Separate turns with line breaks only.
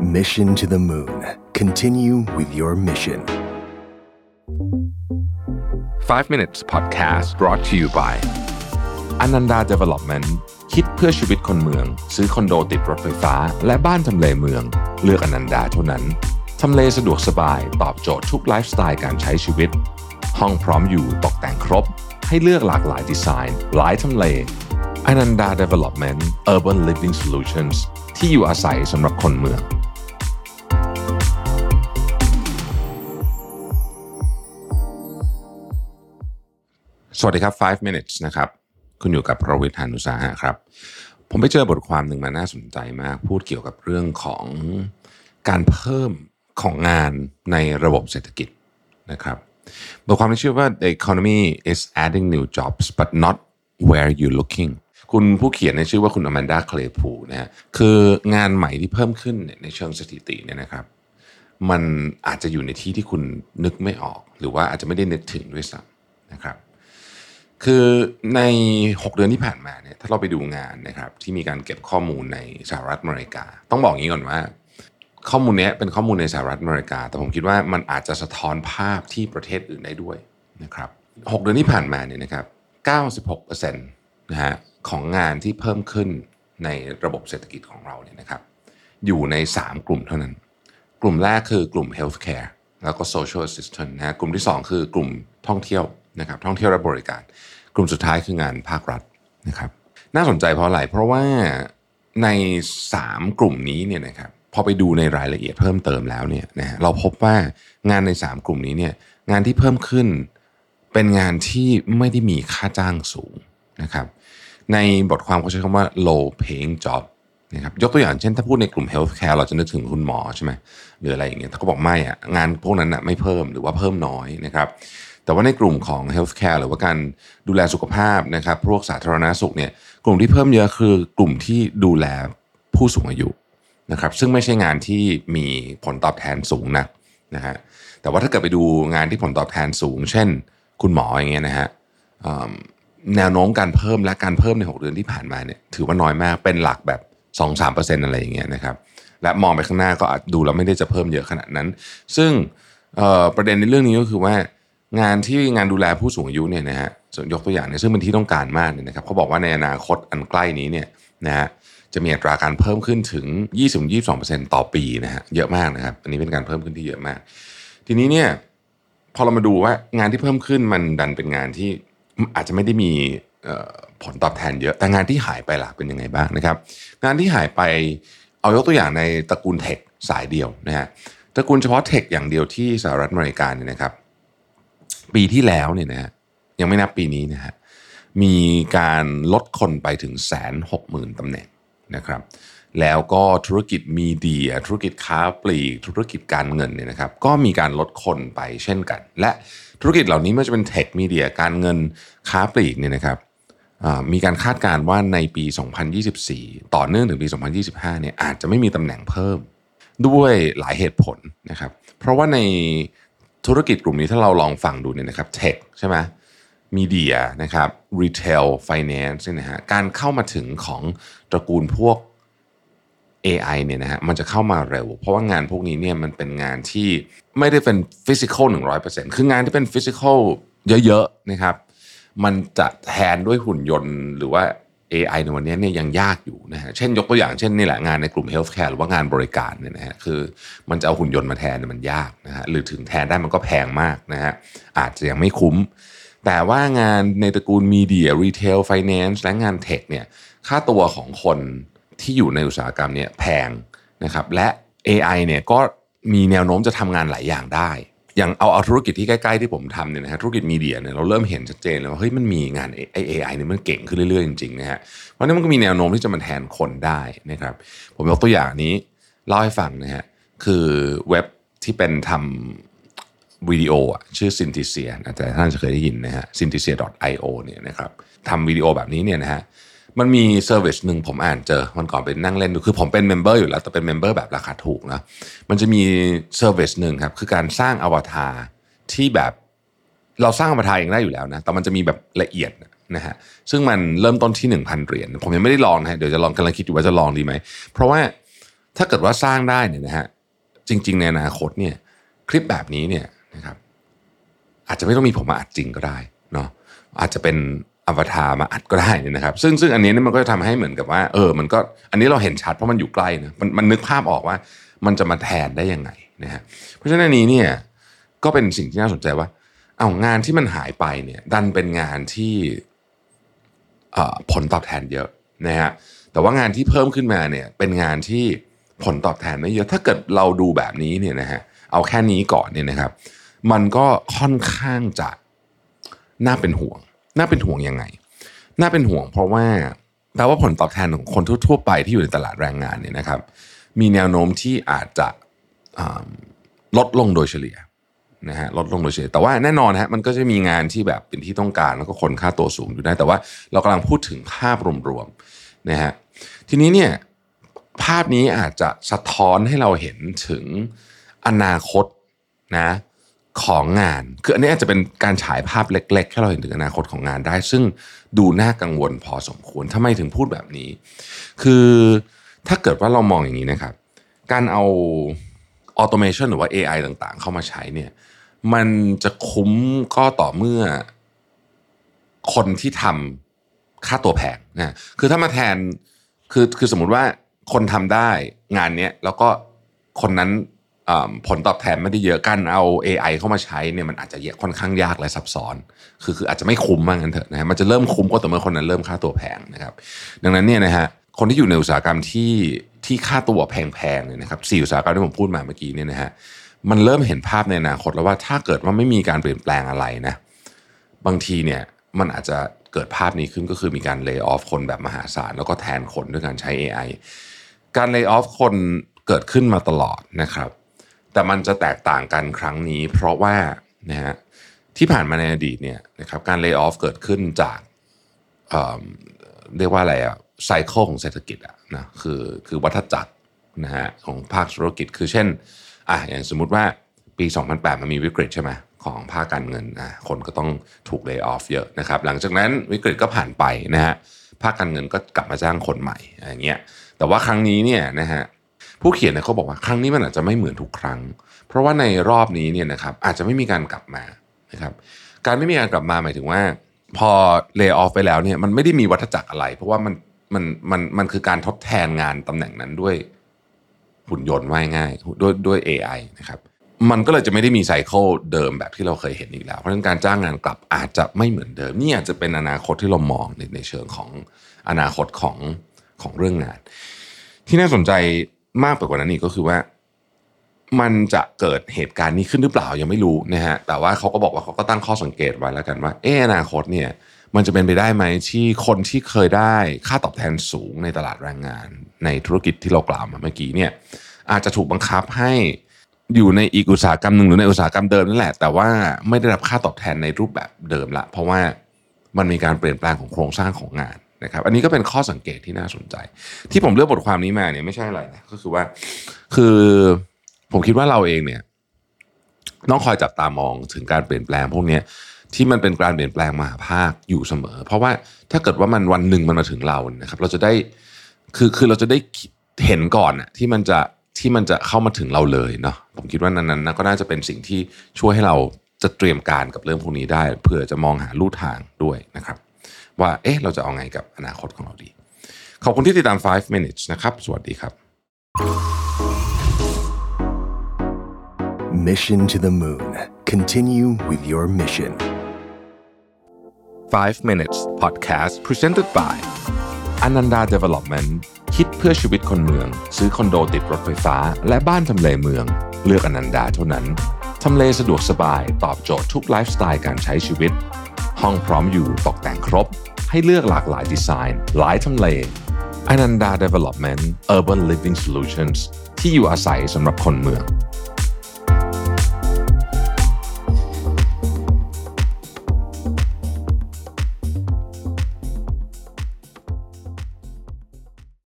Mission to the Moon. Continue with your mission.
5 minutes podcast brought to you by Ananda Development คิดเพื่อชีวิตคนเมืองซื้อคอนโดติดรถไฟฟ้าและบ้านทำเลเมืองเลือก Ananda เท่านั้นทำเลสะดวกสบายตอบโจทย์ทุกไลฟ์สไตล์การใช้ชีวิตห้องพร้อมอยู่ตกแต่งครบให้เลือกหลากหลายดีไซน์หลายทำเล Ananda Development Urban Living Solutions ที่อยู่อาศัยสำหรับคนเมืองสวัสดีครับ5 minutes นะครับคุณอยู่กับประวิทย์ หาญอุตสาหะครับผมไปเจอบทความหนึ่งมาน่าสนใจมากพูดเกี่ยวกับเรื่องของการเพิ่มของงานในระบบเศรษฐกิจนะครับบทความที่ชื่อว่า The economy is adding new jobs but not where you're looking คุณผู้เขียนในชื่อว่าคุณอแมนดา เคลพูนะฮะคืองานใหม่ที่เพิ่มขึ้นในเชิงสถิติเนี่ยนะครับมันอาจจะอยู่ในที่ที่คุณนึกไม่ออกหรือว่าอาจจะไม่ได้นึกถึงด้วยซ้ำนะครับคือใน6เดือนที่ผ่านมาเนี่ยถ้าเราไปดูงานนะครับที่มีการเก็บข้อมูลในสหรัฐอเมริกาต้องบอกอย่างนี้ก่อนว่าข้อมูลนี้เป็นข้อมูลในสหรัฐอเมริกาแต่ผมคิดว่ามันอาจจะสะท้อนภาพที่ประเทศอื่นได้ด้วยนะครับ6เดือนที่ผ่านมาเนี่ยนะครับ 96% นะฮะของงานที่เพิ่มขึ้นในระบบเศรษฐกิจของเราเนี่ยนะครับอยู่ใน3กลุ่มเท่านั้นกลุ่มแรกคือกลุ่ม healthcare แล้วก็ social assistance นะฮะกลุ่มที่2คือกลุ่มท่องเที่ยวนะครับท่องเที่ยวและบริการกลุ่มสุดท้ายคืองานภาครัฐนะครับน่าสนใจเพราะอะไรเพราะว่าใน3กลุ่มนี้เนี่ยนะครับพอไปดูในรายละเอียดเพิ่มเติมแล้วเนี่ยนะเราพบว่างานใน3กลุ่มนี้เนี่ยงานที่เพิ่มขึ้นเป็นงานที่ไม่ได้มีค่าจ้างสูงนะครับในบทความเขาใช้คำว่า low paying job นะครับยกตัวอย่างเช่นถ้าพูดในกลุ่ม healthcare เราจะนึกถึงคุณหมอใช่ไหมหรืออะไรอย่างเงี้ยถ้าเขาบอกไม่อ่ะงานพวกนั้นอ่ะไม่เพิ่มหรือว่าเพิ่มน้อยนะครับแต่ว่าในกลุ่มของ healthcare หรือว่าการดูแลสุขภาพนะครับพวกสาธารณสุขเนี่ยกลุ่มที่เพิ่มเยอะคือกลุ่มที่ดูแลผู้สูงอายุนะครับซึ่งไม่ใช่งานที่มีผลตอบแทนสูงนักนะฮะแต่ว่าถ้าเกิดไปดูงานที่ผลตอบแทนสูงเช่นคุณหมออย่างเงี้ยนะฮะแนวโน้มการเพิ่มและการเพิ่มใน6เดือนที่ผ่านมาเนี่ยถือว่าน้อยมากเป็นหลักแบบ 2-3% อะไรอย่างเงี้ยนะครับและมองไปข้างหน้าก็อาจดูแล้วไม่ได้จะเพิ่มเยอะขนาดนั้นซึ่งประเด็นในเรื่องนี้ก็คือว่างานดูแลผู้สูงอายุเนี่ยนะฮะยกตัวอย่างเนี่ยซึ่งเป็นที่ต้องการมากเนี่ยนะครับเขาบอกว่าในอนาคตอันใกล้นี้เนี่ยนะฮะจะมีอัตราการเพิ่มขึ้นถึง 20-22% ต่อปีนะฮะเยอะมากนะครับอันนี้เป็นการเพิ่มขึ้นที่เยอะมากทีนี้เนี่ยพอเรามาดูว่างานที่เพิ่มขึ้นมันดันเป็นงานที่อาจจะไม่ได้มีผลตอบแทนเยอะแต่งานที่หายไปล่ะเป็นยังไงบ้างนะครับงานที่หายไปเอายกตัวอย่างในตระกูลเทคสายเดียวนะฮะตระกูลเฉพาะเทคอย่างเดียวที่สหรัฐอเมริกาเนี่ยนะครับปีที่แล้วเนี่ยนะฮะยังไม่นับปีนี้นะฮะมีการลดคนไปถึง 160,000 ตำแหน่งนะครับแล้วก็ธุรกิจมีเดียธุรกิจค้าปลีกธุรกิจการเงินเนี่ยนะครับก็มีการลดคนไปเช่นกันและธุรกิจเหล่านี้ไม่ว่าจะเป็นเทคมีเดียการเงินค้าปลีกเนี่ยนะครับมีการคาดการณ์ว่าในปี 2024 ต่อเนื่องถึงปี 2025 เนี่ยอาจจะไม่มีตำแหน่งเพิ่มด้วยหลายเหตุผลนะครับเพราะว่าในธุรกิจกลุ่มนี้ถ้าเราลองฟังดูเนี่ยนะครับเทคใช่ไหมมีเดียนะครับรีเทลไฟแนนซ์นะฮะการเข้ามาถึงของตระกูลพวก AI เนี่ยนะฮะมันจะเข้ามาเร็วเพราะว่างานพวกนี้เนี่ยมันเป็นงานที่ไม่ได้เป็นฟิสิกอล 100% คืองานที่เป็นฟิสิกอลเยอะๆนะครับมันจะแทนด้วยหุ่นยนต์หรือว่า AI ในวันนี้เนี่ยยังยากอยู่นะฮะเช่นยกตัวอย่างเช่นนี่แหละงานในกลุ่ม healthcare หรือว่างานบริการเนี่ยนะฮะคือมันจะเอาหุ่นยนต์มาแทนมันยากนะฮะหรือถึงแทนได้มันก็แพงมากนะฮะอาจจะยังไม่คุ้มแต่ว่างานในตระกูลมีเดียรีเทลไฟแนนซ์และงานเทคเนี่ยค่าตัวของคนที่อยู่ในอุตสาหกรรมเนี่ยแพงนะครับและ AI เนี่ยก็มีแนวโน้มจะทำงานหลายอย่างได้อย่างเอาธุรกิจที่ใกล้ๆที่ผมทำเนี่ยนะฮะธุรกิจมีเดียเนี่ยเราเริ่มเห็นชัดเจนเลยว่าเฮ้ยมันมีงาน AI เนี่ยมันเก่งขึ้นเรื่อยๆจริงๆนะฮะเพราะนั้นมันก็มีแนวโน้มที่จะมาแทนคนได้นะครับผมยกตัวอย่างนี้เล่าให้ฟังนะฮะคือเว็บที่เป็นทำวิดีโอชื่อ Synthesia อาจจะท่านจะเคยได้ยินนะฮะ synthesia.io เนี่ยนะครับทำวิดีโอแบบนี้เนี่ยนะฮะมันมีเซอร์วิสหนึ่งผมอ่านเจอมันก่อนไปนั่งเล่นดูคือผมเป็นเมมเบอร์อยู่แล้วแต่เป็นเมมเบอร์แบบราคาถูกนะมันจะมีเซอร์วิสหนึ่งครับคือการสร้างอวตารที่แบบเราสร้างอวตารเองได้อยู่แล้วนะแต่มันจะมีแบบละเอียดนะฮะซึ่งมันเริ่มต้นที่ 1,000 เหรียญผมยังไม่ได้ลองนะฮะเดี๋ยวจะลองกำลังคิดอยู่ว่าจะลองดีไหมเพราะว่าถ้าเกิดว่าสร้างได้เนี่ยนะฮะจริงๆในอนาคตเนี่ยคลิปแบบนี้เนี่ยนะครับอาจจะไม่ต้องมีผมมาอัดจริงก็ได้เนาะอาจจะเป็นอวตารมาอัดก็ได้นะครับซึ่งอันนี้มันก็จะทำให้เหมือนกับว่ามันก็อันนี้เราเห็นชัดเพราะมันอยู่ใกล้นะมันนึกภาพออกว่ามันจะมาแทนได้ยังไงนะฮะเพราะฉะนั้นอันนี้เนี่ยก็เป็นสิ่งที่น่าสนใจว่าเอางานที่มันหายไปเนี่ยดันเป็นงานที่ผลตอบแทนเยอะนะฮะแต่ว่างานที่เพิ่มขึ้นมาเนี่ยเป็นงานที่ผลตอบแทนไม่เยอะถ้าเกิดเราดูแบบนี้เนี่ยนะฮะเอาแค่นี้ก่อนเนี่ยนะครับมันก็ค่อนข้างจะน่าเป็นห่วงยังไงน่าเป็นห่วงเพราะว่าแปลว่าผลตอบแทนของคนทั่วๆไปที่อยู่ในตลาดแรงงานเนี่ยนะครับมีแนวโน้มที่อาจจะลดลงโดยเฉลี่ยนะฮะลดลงโดยเฉลี่ยแต่ว่าแน่นอนฮะมันก็จะมีงานที่แบบเป็นที่ต้องการแล้วก็คนค่าตัวสูงอยู่ได้แต่ว่าเรากำลังพูดถึงภาพรวมๆนะฮะทีนี้เนี่ยภาพนี้อาจจะสะท้อนให้เราเห็นถึงอนาคตนะของงานคืออันนี้อาจจะเป็นการฉายภาพเล็กๆให้เราเห็นถึงอนาคตของงานได้ซึ่งดูน่ากังวลพอสมควรทำไมถึงพูดแบบนี้คือถ้าเกิดว่าเรามองอย่างนี้นะครับการเอาออโตเมชันหรือว่า AI ต่างๆเข้ามาใช้เนี่ยมันจะคุ้มก็ต่อเมื่อคนที่ทำค่าตัวแพงนะคือถ้ามาแทนคือสมมุติว่าคนทำได้งานเนี้ยแล้วก็คนนั้นผลตอบแทนไม่ได้เยอะกันเอา AI เข้ามาใช้เนี่ยมันอาจจะค่อนข้างยากและซับซ้อนคืออาจจะไม่คุ้มมากงั้นเถอะนะฮะมันจะเริ่มคุ้มก็ต่อเมื่อคนนั้นเริ่มค่าตัวแพงนะครับดังนั้นเนี่ยนะฮะคนที่อยู่ในอุตสาหกรรมที่ค่าตัวแพงๆเนี่ยนะครับ4อุตสาหกรรมที่ผมพูดมาเมื่อกี้เนี่ยนะฮะมันเริ่มเห็นภาพในอนาคตแล้วว่าถ้าเกิดว่าไม่มีการเปลี่ยนแปลงอะไรนะบางทีเนี่ยมันอาจจะเกิดภาพนี้ขึ้นก็คือมีการเลย์ออฟคนแบบมหาศาลแล้วก็แทนคนด้วยการใช้ AI การเลย์ออฟคนเกิดขึ้นมาตลอดนะครับแต่มันจะแตกต่างกันครั้งนี้เพราะว่านะฮะที่ผ่านมาในอดีตเนี่ยนะครับการเลย์ออฟเกิดขึ้นจากเรียกว่าอะไรอะไซเคิลของเศรษฐกิจอะนะคือวัฏจักรนะฮะของภาคธุรกิจคือเช่นอย่างสมมุติว่าปี 2008 มันมีวิกฤตใช่ไหมของภาคการเงินคนก็ต้องถูกเลย์ออฟเยอะนะครับหลังจากนั้นวิกฤตก็ผ่านไปนะฮะภาคการเงินก็กลับมาจ้างคนใหม่อย่างเงี้ยแต่ว่าครั้งนี้เนี่ยนะฮะผู้เขียนเนี่ยเขาบอกว่าครั้งนี้มันอาจจะไม่เหมือนทุกครั้งเพราะว่าในรอบนี้เนี่ยนะครับอาจจะไม่มีการกลับมานะครับการไม่มีการกลับมาหมายถึงว่าพอเลย์ออฟไปแล้วเนี่ยมันไม่ได้มีวัฏจักรอะไรเพราะว่ามันคือการทดแทนงานตำแหน่งนั้นด้วยหุ่นยนต์ว่าง่ายด้วย AI นะครับมันก็เลยจะไม่ได้มีไซเคิลเดิมแบบที่เราเคยเห็นอีกแล้วเพราะฉะนั้นการจ้างงานกลับอาจจะไม่เหมือนเดิมนี่อาจจะเป็นอนาคตที่เรามองในเชิงของอนาคตของเรื่องงานที่น่าสนใจมากไปกว่านั้นอีกก็คือว่ามันจะเกิดเหตุการณ์นี้ขึ้นหรือเปล่ายังไม่รู้นะฮะแต่ว่าเขาก็บอกว่าเขาก็ตั้งข้อสังเกตไว้แล้วกันว่าอนาคตเนี่ยมันจะเป็นไปได้ไหมที่คนที่เคยได้ค่าตอบแทนสูงในตลาดแรงงานในธุรกิจที่เรากล่าวมาเมื่อกี้เนี่ยอาจจะถูกบังคับให้อยู่ในอีกอุตสาหกรรมหนึ่งหรือในอุตสาหกรรมเดิมนั่นแหละแต่ว่าไม่ได้รับค่าตอบแทนในรูปแบบเดิมละเพราะว่ามันมีการเปลี่ยนแปลงของโครงสร้างของงานนะครับอันนี้ก็เป็นข้อสังเกตที่น่าสนใจที่ผมเลือกบทความนี้มาเนี่ยไม่ใช่อะไรนะก็คือว่าคือผมคิดว่าเราเองเนี่ยต้องคอยจับตามองถึงการเปลี่ยนแปลงพวกนี้ที่มันเป็นการเปลี่ยนแปลงมหาภาคอยู่เสมอเพราะว่าถ้าเกิดว่ามันวันหนึ่งมันมาถึงเรานะครับเราจะได้คือเราจะได้เห็นก่อนอะที่มันจะเข้ามาถึงเราเลยเนาะผมคิดว่านั้นก็น่าจะเป็นสิ่งที่ช่วยให้เราจะเตรียมการกับเรื่องพวกนี้ได้เพื่อจะมองหาลู่ทางด้วยนะครับว่าเราจะเอาไงกับอนาคตของเราดีขอบคุณที่ติดตาม 5 minutes นะครับสวัสดีครับ
Mission to the Moon. Continue with your mission.
5 minutes podcast presented by Ananda Development คิดเพื่อชีวิตคนเมืองซื้อคอนโดติดรถไฟฟ้าและบ้านทำเลเมืองเลือกอนันดาเท่านั้นทำเลสะดวกสบายตอบโจทย์ทุกไลฟ์สไตล์การใช้ชีวิตห้องพร้อมอยู่ตกแต่งครบให้เลือกหลากหลายดีไซน์หลายทำเล Ananda Development Urban Living Solutions ที่อยู่อาศัยสำหรับคนเมือง